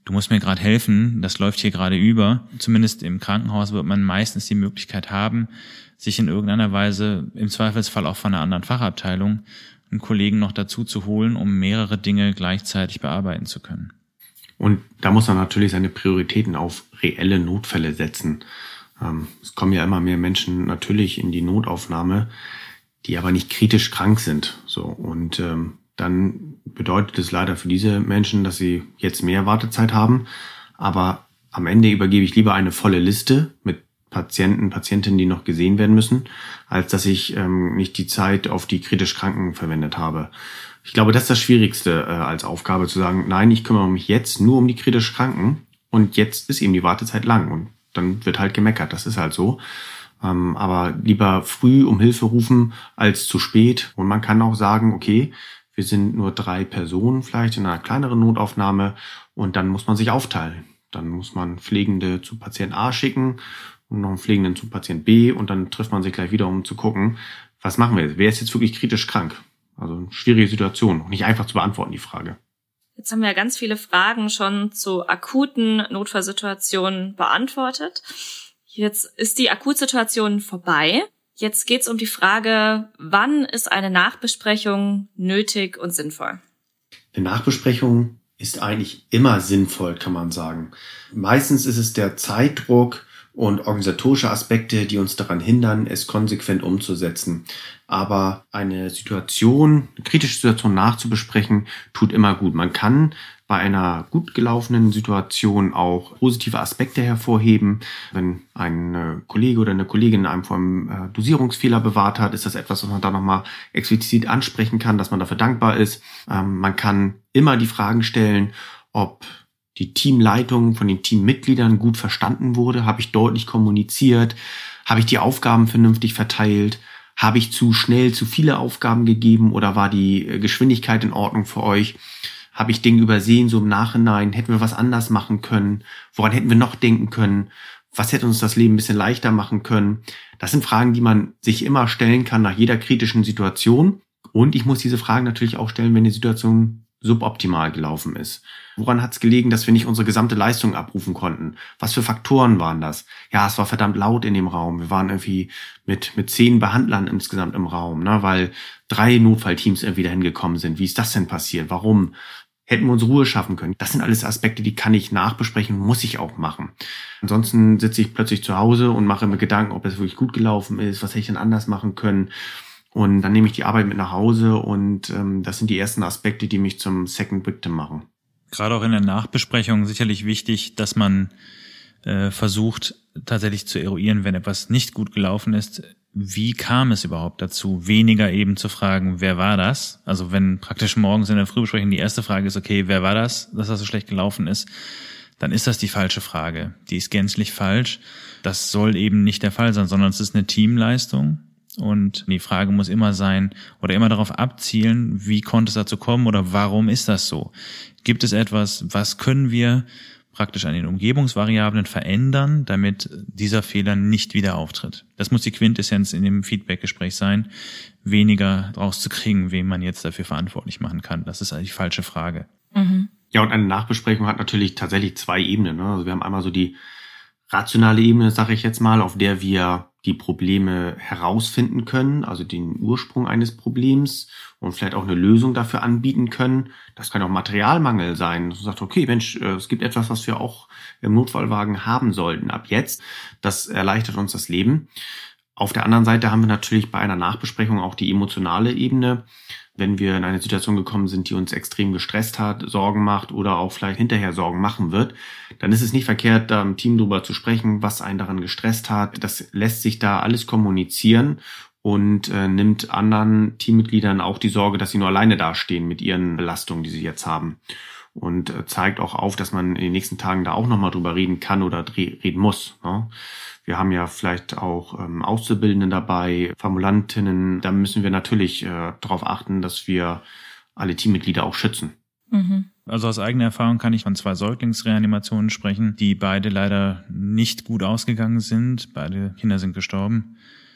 du musst mir gerade helfen, das läuft hier gerade über. Zumindest im Krankenhaus wird man meistens die Möglichkeit haben, sich in irgendeiner Weise, im Zweifelsfall auch von einer anderen Fachabteilung, einen Kollegen noch dazu zu holen, um mehrere Dinge gleichzeitig bearbeiten zu können. Und da muss man natürlich seine Prioritäten auf reelle Notfälle setzen. Ähm, es kommen ja immer mehr Menschen natürlich in die Notaufnahme, die aber nicht kritisch krank sind. So, und ähm, dann bedeutet es leider für diese Menschen, dass sie jetzt mehr Wartezeit haben. Aber am Ende übergebe ich lieber eine volle Liste mit Patienten, Patientinnen, die noch gesehen werden müssen, als dass ich ähm, nicht die Zeit auf die kritisch Kranken verwendet habe. Ich glaube, das ist das Schwierigste äh, als Aufgabe, zu sagen, nein, ich kümmere mich jetzt nur um die kritisch Kranken und jetzt ist eben die Wartezeit lang und dann wird halt gemeckert, das ist halt so. Ähm, aber lieber früh um Hilfe rufen als zu spät. Und man kann auch sagen, okay, wir sind nur drei Personen vielleicht in einer kleineren Notaufnahme und dann muss man sich aufteilen. Dann muss man Pflegende zu Patient A schicken und noch einen Pflegenden zu Patient B und dann trifft man sich gleich wieder, um zu gucken, was machen wir jetzt? Wer ist jetzt wirklich kritisch krank? Also eine schwierige Situation, nicht einfach zu beantworten, die Frage. Jetzt haben wir ja ganz viele Fragen schon zu akuten Notfallsituationen beantwortet. Jetzt ist die Akutsituation vorbei. Jetzt geht's um die Frage, wann ist eine Nachbesprechung nötig und sinnvoll? Eine Nachbesprechung ist eigentlich immer sinnvoll, kann man sagen. Meistens ist es der Zeitdruck und organisatorische Aspekte, die uns daran hindern, es konsequent umzusetzen. Aber eine Situation, eine kritische Situation nachzubesprechen, tut immer gut. Man kann bei einer gut gelaufenen Situation auch positive Aspekte hervorheben. Wenn ein Kollege oder eine Kollegin einem vor einem Dosierungsfehler bewahrt hat, ist das etwas, was man da nochmal explizit ansprechen kann, dass man dafür dankbar ist. Man kann immer die Fragen stellen, ob die Teamleitung von den Teammitgliedern gut verstanden wurde. Habe ich deutlich kommuniziert? Habe ich die Aufgaben vernünftig verteilt? Habe ich zu schnell zu viele Aufgaben gegeben oder war die Geschwindigkeit in Ordnung für euch? Habe ich Dinge übersehen, so im Nachhinein? Hätten wir was anders machen können? Woran hätten wir noch denken können? Was hätte uns das Leben ein bisschen leichter machen können? Das sind Fragen, die man sich immer stellen kann nach jeder kritischen Situation. Und ich muss diese Fragen natürlich auch stellen, wenn die Situation suboptimal gelaufen ist. Woran hat es gelegen, dass wir nicht unsere gesamte Leistung abrufen konnten? Was für Faktoren waren das? Ja, es war verdammt laut in dem Raum. Wir waren irgendwie mit mit zehn Behandlern insgesamt im Raum, ne, weil drei Notfallteams irgendwie dahin gekommen sind. Wie ist das denn passiert? Warum? Hätten wir uns Ruhe schaffen können? Das sind alles Aspekte, die kann ich nachbesprechen, muss ich auch machen. Ansonsten sitze ich plötzlich zu Hause und mache mir Gedanken, ob es wirklich gut gelaufen ist, was hätte ich denn anders machen können. Und dann nehme ich die Arbeit mit nach Hause und ähm, das sind die ersten Aspekte, die mich zum Second Victim machen. Gerade auch in der Nachbesprechung sicherlich wichtig, dass man äh, versucht, tatsächlich zu eruieren, wenn etwas nicht gut gelaufen ist, wie kam es überhaupt dazu? Weniger eben zu fragen, wer war das? Also wenn praktisch morgens in der Frühbesprechung die erste Frage ist, okay, wer war das, dass das so schlecht gelaufen ist, dann ist das die falsche Frage. Die ist gänzlich falsch. Das soll eben nicht der Fall sein, sondern es ist eine Teamleistung. Und die Frage muss immer sein oder immer darauf abzielen, wie konnte es dazu kommen oder warum ist das so? Gibt es etwas, was können wir praktisch an den Umgebungsvariablen verändern, damit dieser Fehler nicht wieder auftritt? Das muss die Quintessenz in dem Feedbackgespräch sein, weniger rauszukriegen, wen man jetzt dafür verantwortlich machen kann. Das ist eigentlich die falsche Frage. Mhm. Ja, und eine Nachbesprechung hat natürlich tatsächlich zwei Ebenen, ne? Also wir haben einmal so die rationale Ebene, sage ich jetzt mal, auf der wir die Probleme herausfinden können, also den Ursprung eines Problems und vielleicht auch eine Lösung dafür anbieten können. Das kann auch Materialmangel sein. Man sagt, okay, Mensch, es gibt etwas, was wir auch im Notfallwagen haben sollten ab jetzt. Das erleichtert uns das Leben. Auf der anderen Seite haben wir natürlich bei einer Nachbesprechung auch die emotionale Ebene. Wenn wir in eine Situation gekommen sind, die uns extrem gestresst hat, Sorgen macht oder auch vielleicht hinterher Sorgen machen wird, dann ist es nicht verkehrt, da im Team drüber zu sprechen, was einen daran gestresst hat. Das lässt sich da alles kommunizieren und äh, nimmt anderen Teammitgliedern auch die Sorge, dass sie nur alleine dastehen mit ihren Belastungen, die sie jetzt haben. Und äh, zeigt auch auf, dass man in den nächsten Tagen da auch nochmal drüber reden kann oder reden muss, ne? Wir haben ja vielleicht auch ähm, Auszubildenden dabei, Formulantinnen. Da müssen wir natürlich äh, darauf achten, dass wir alle Teammitglieder auch schützen. Mhm. Also aus eigener Erfahrung kann ich von zwei Säuglingsreanimationen sprechen, die beide leider nicht gut ausgegangen sind. Beide Kinder sind gestorben.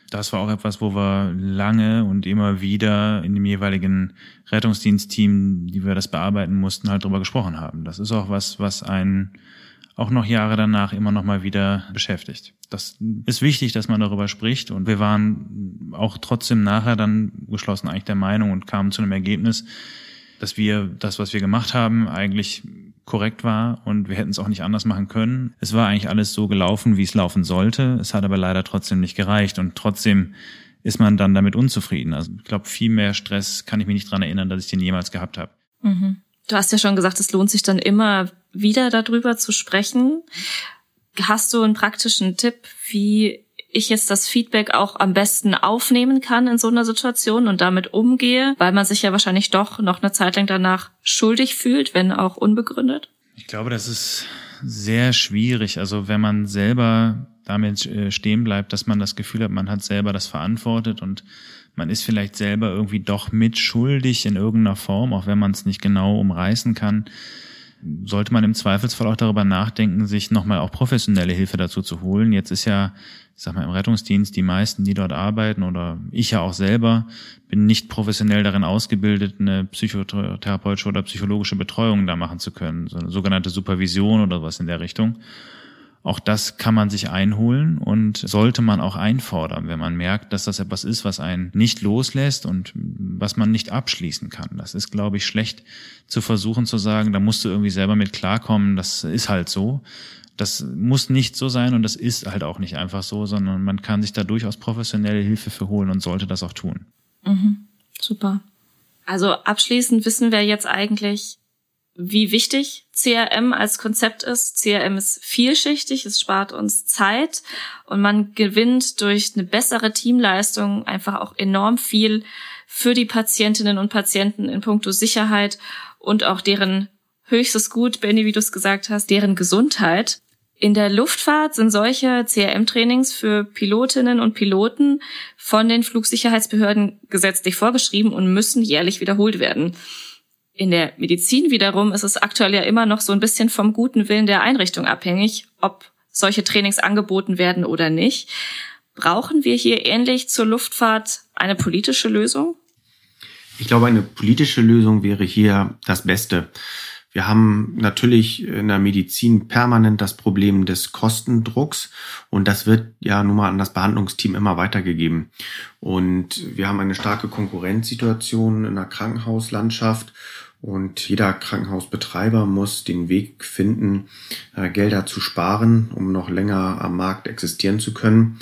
Das war auch etwas, wo wir lange und immer wieder in dem jeweiligen Rettungsdienstteam, die wir das bearbeiten mussten, halt drüber gesprochen haben. Das ist auch was, was einen auch noch Jahre danach immer noch mal wieder beschäftigt. Das ist wichtig, dass man darüber spricht, und wir waren auch trotzdem nachher dann geschlossen eigentlich der Meinung und kamen zu einem Ergebnis, dass wir das, was wir gemacht haben, eigentlich korrekt war und wir hätten es auch nicht anders machen können. Es war eigentlich alles so gelaufen, wie es laufen sollte. Es hat aber leider trotzdem nicht gereicht und trotzdem ist man dann damit unzufrieden. Also ich glaube, viel mehr Stress kann ich mich nicht dran erinnern, dass ich den jemals gehabt habe. Mhm. Du hast ja schon gesagt, es lohnt sich dann immer wieder darüber zu sprechen. Hast du einen praktischen Tipp, wie ich jetzt das Feedback auch am besten aufnehmen kann in so einer Situation und damit umgehe, weil man sich ja wahrscheinlich doch noch eine Zeit lang danach schuldig fühlt, wenn auch unbegründet? Ich glaube, das ist sehr schwierig. Also wenn man selber damit stehen bleibt, dass man das Gefühl hat, man hat selber das verantwortet und man ist vielleicht selber irgendwie doch mitschuldig in irgendeiner Form, auch wenn man es nicht genau umreißen kann, sollte man im Zweifelsfall auch darüber nachdenken, sich nochmal auch professionelle Hilfe dazu zu holen. Jetzt ist ja, ich sag mal, im Rettungsdienst die meisten, die dort arbeiten, oder ich ja auch selber, bin nicht professionell darin ausgebildet, eine psychotherapeutische oder psychologische Betreuung da machen zu können, so eine sogenannte Supervision oder was in der Richtung. Auch das kann man sich einholen und sollte man auch einfordern, wenn man merkt, dass das etwas ist, was einen nicht loslässt und was man nicht abschließen kann. Das ist, glaube ich, schlecht zu versuchen zu sagen, da musst du irgendwie selber mit klarkommen, das ist halt so. Das muss nicht so sein und das ist halt auch nicht einfach so, sondern man kann sich da durchaus professionelle Hilfe für holen und sollte das auch tun. Mhm, super. Also abschließend wissen wir jetzt eigentlich, wie wichtig C R M als Konzept ist. C R M ist vielschichtig, es spart uns Zeit und man gewinnt durch eine bessere Teamleistung einfach auch enorm viel für die Patientinnen und Patienten in puncto Sicherheit und auch deren höchstes Gut, Benny, wie du es gesagt hast, deren Gesundheit. In der Luftfahrt sind solche C R M-Trainings für Pilotinnen und Piloten von den Flugsicherheitsbehörden gesetzlich vorgeschrieben und müssen jährlich wiederholt werden. In der Medizin wiederum ist es aktuell ja immer noch so ein bisschen vom guten Willen der Einrichtung abhängig, ob solche Trainings angeboten werden oder nicht. Brauchen wir hier ähnlich zur Luftfahrt eine politische Lösung? Ich glaube, eine politische Lösung wäre hier das Beste. Wir haben natürlich in der Medizin permanent das Problem des Kostendrucks und das wird ja nun mal an das Behandlungsteam immer weitergegeben. Und wir haben eine starke Konkurrenzsituation in der Krankenhauslandschaft und jeder Krankenhausbetreiber muss den Weg finden, Gelder zu sparen, um noch länger am Markt existieren zu können.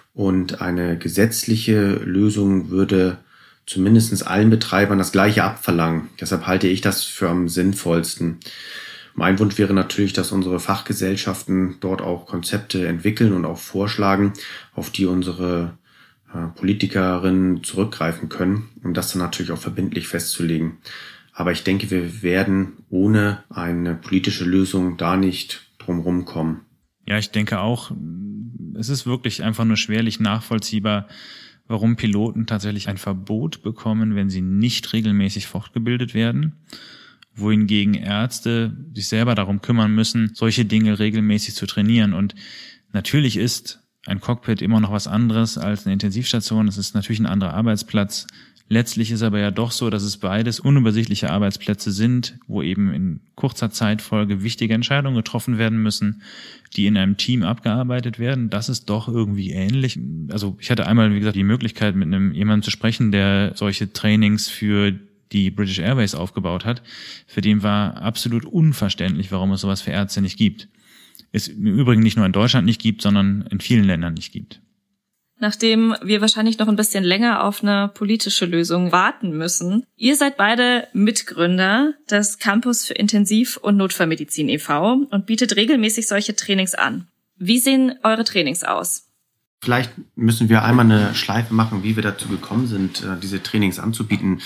Und eine gesetzliche Lösung würde zumindest allen Betreibern das Gleiche abverlangen. Deshalb halte ich das für am sinnvollsten. Mein Wunsch wäre natürlich, dass unsere Fachgesellschaften dort auch Konzepte entwickeln und auch vorschlagen, auf die unsere äh, Politikerinnen zurückgreifen können, um das dann natürlich auch verbindlich festzulegen. Aber ich denke, wir werden ohne eine politische Lösung da nicht drumherum kommen. Ja, ich denke auch, es ist wirklich einfach nur schwerlich nachvollziehbar, warum Piloten tatsächlich ein Verbot bekommen, wenn sie nicht regelmäßig fortgebildet werden, wohingegen Ärzte sich selber darum kümmern müssen, solche Dinge regelmäßig zu trainieren. Und natürlich ist ein Cockpit immer noch was anderes als eine Intensivstation. Es ist natürlich ein anderer Arbeitsplatz. Letztlich ist aber ja doch so, dass es beides unübersichtliche Arbeitsplätze sind, wo eben in kurzer Zeitfolge wichtige Entscheidungen getroffen werden müssen, die in einem Team abgearbeitet werden. Das ist doch irgendwie ähnlich. Also ich hatte einmal, wie gesagt, die Möglichkeit, mit einem jemandem zu sprechen, der solche Trainings für die British Airways aufgebaut hat. Für den war absolut unverständlich, warum es sowas für Ärzte nicht gibt. Es im Übrigen nicht nur in Deutschland nicht gibt, sondern in vielen Ländern nicht gibt. Nachdem wir wahrscheinlich noch ein bisschen länger auf eine politische Lösung warten müssen. Ihr seid beide Mitgründer des Campus für Intensiv- und Notfallmedizin e V und bietet regelmäßig solche Trainings an. Wie sehen eure Trainings aus? Vielleicht müssen wir einmal eine Schleife machen, wie wir dazu gekommen sind, diese Trainings anzubieten.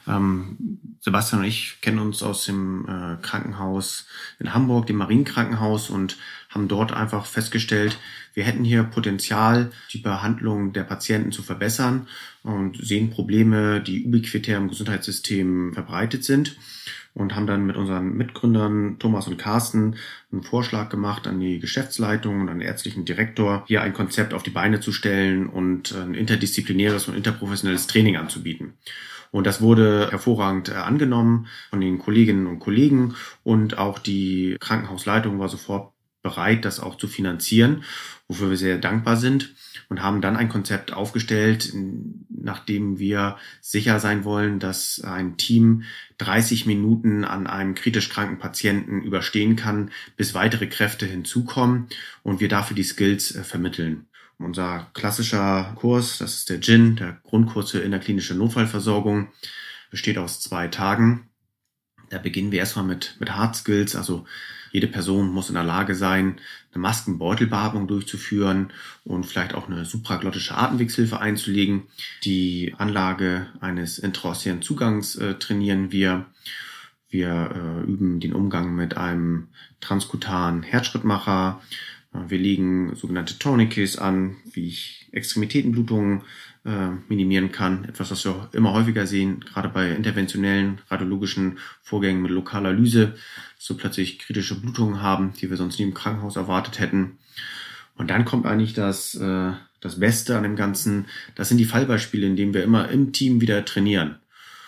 Ähm, Sebastian und ich kennen uns aus dem äh, Krankenhaus in Hamburg, dem Marienkrankenhaus, und haben dort einfach festgestellt, wir hätten hier Potenzial, die Behandlung der Patienten zu verbessern und sehen Probleme, die ubiquitär im Gesundheitssystem verbreitet sind. und haben dann mit unseren Mitgründern Thomas und Carsten einen Vorschlag gemacht an die Geschäftsleitung und an den ärztlichen Direktor, hier ein Konzept auf die Beine zu stellen und ein interdisziplinäres und interprofessionelles Training anzubieten. Und das wurde hervorragend angenommen von den Kolleginnen und Kollegen, und auch die Krankenhausleitung war sofort bereit, das auch zu finanzieren, wofür wir sehr dankbar sind, und haben dann ein Konzept aufgestellt, nachdem wir sicher sein wollen, dass ein Team dreißig Minuten an einem kritisch kranken Patienten überstehen kann, bis weitere Kräfte hinzukommen und wir dafür die Skills äh, vermitteln. Unser klassischer Kurs, das ist der G I N, der Grundkurs für innerklinische Notfallversorgung, besteht aus zwei Tagen. Da beginnen wir erstmal mit, mit Hard Skills, also jede Person muss in der Lage sein, eine Maskenbeutelbeatmung durchzuführen und vielleicht auch eine supraglottische Atemwegshilfe einzulegen. Die Anlage eines intraoszären Zugangs äh, trainieren wir. Wir äh, üben den Umgang mit einem transkutanen Herzschrittmacher. Wir legen sogenannte Tourniquets an, wie ich Extremitätenblutungen äh, minimieren kann. Etwas, was wir immer häufiger sehen, gerade bei interventionellen radiologischen Vorgängen mit lokaler Lyse, so plötzlich kritische Blutungen haben, die wir sonst nie im Krankenhaus erwartet hätten. Und dann kommt eigentlich das, äh, das Beste an dem Ganzen. Das sind die Fallbeispiele, in denen wir immer im Team wieder trainieren.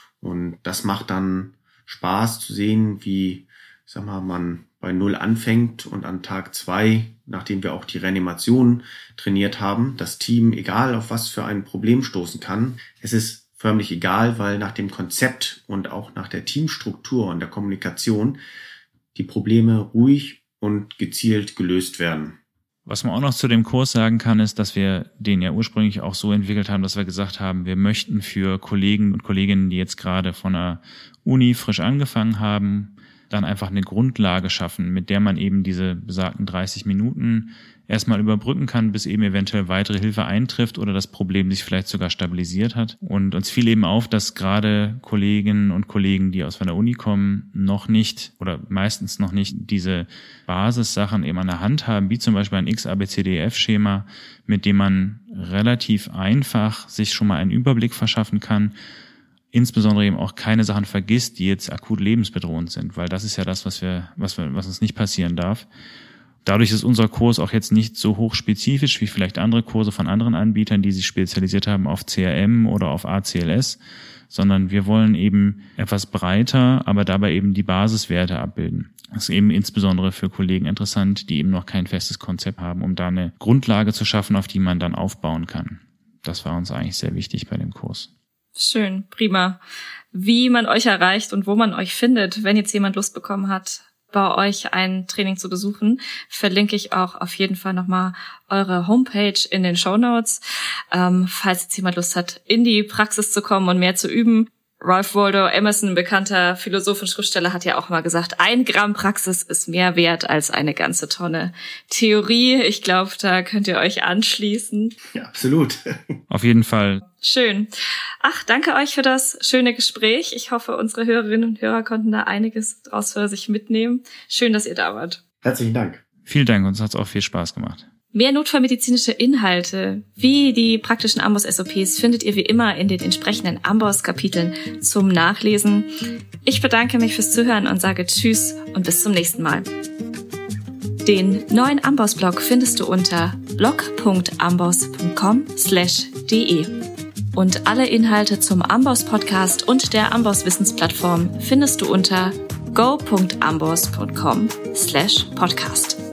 Und das macht dann Spaß zu sehen, wie, ich sag mal, man bei Null anfängt und an Tag zwei, nachdem wir auch die Reanimation trainiert haben, das Team, egal auf was für ein Problem stoßen kann. Es ist förmlich egal, weil nach dem Konzept und auch nach der Teamstruktur und der Kommunikation die Probleme ruhig und gezielt gelöst werden. Was man auch noch zu dem Kurs sagen kann, ist, dass wir den ja ursprünglich auch so entwickelt haben, dass wir gesagt haben, wir möchten für Kollegen und Kolleginnen, die jetzt gerade von der Uni frisch angefangen haben, dann einfach eine Grundlage schaffen, mit der man eben diese besagten dreißig Minuten erstmal überbrücken kann, bis eben eventuell weitere Hilfe eintrifft oder das Problem sich vielleicht sogar stabilisiert hat. Und uns fiel eben auf, dass gerade Kolleginnen und Kollegen, die aus von der Uni kommen, noch nicht oder meistens noch nicht diese Basissachen eben an der Hand haben, wie zum Beispiel ein X A B C D E F-Schema, mit dem man relativ einfach sich schon mal einen Überblick verschaffen kann, insbesondere eben auch keine Sachen vergisst, die jetzt akut lebensbedrohend sind, weil das ist ja das, was wir, was wir, was uns nicht passieren darf. Dadurch ist unser Kurs auch jetzt nicht so hochspezifisch wie vielleicht andere Kurse von anderen Anbietern, die sich spezialisiert haben auf C R M oder auf A C L S, sondern wir wollen eben etwas breiter, aber dabei eben die Basiswerte abbilden. Das ist eben insbesondere für Kollegen interessant, die eben noch kein festes Konzept haben, um da eine Grundlage zu schaffen, auf die man dann aufbauen kann. Das war uns eigentlich sehr wichtig bei dem Kurs. Schön, prima. Wie man euch erreicht und wo man euch findet, wenn jetzt jemand Lust bekommen hat, bei euch ein Training zu besuchen, verlinke ich auch auf jeden Fall nochmal eure Homepage in den Shownotes. Ähm, falls jetzt jemand Lust hat, in die Praxis zu kommen und mehr zu üben. Ralph Waldo Emerson, ein bekannter Philosoph und Schriftsteller, hat ja auch mal gesagt, ein Gramm Praxis ist mehr wert als eine ganze Tonne Theorie. Ich glaube, da könnt ihr euch anschließen. Ja, absolut. Auf jeden Fall. Schön. Ach, danke euch für das schöne Gespräch. Ich hoffe, unsere Hörerinnen und Hörer konnten da einiges draus für sich mitnehmen. Schön, dass ihr da wart. Herzlichen Dank. Vielen Dank, uns hat es auch viel Spaß gemacht. Mehr notfallmedizinische Inhalte wie die praktischen Amboss-S O Ps findet ihr wie immer in den entsprechenden Amboss-Kapiteln zum Nachlesen. Ich bedanke mich fürs Zuhören und sage Tschüss und bis zum nächsten Mal. Den neuen Amboss-Blog findest du unter blog punkt amboss punkt com slash de. Und alle Inhalte zum Amboss-Podcast und der Amboss-Wissensplattform findest du unter go punkt amboss punkt com slash podcast.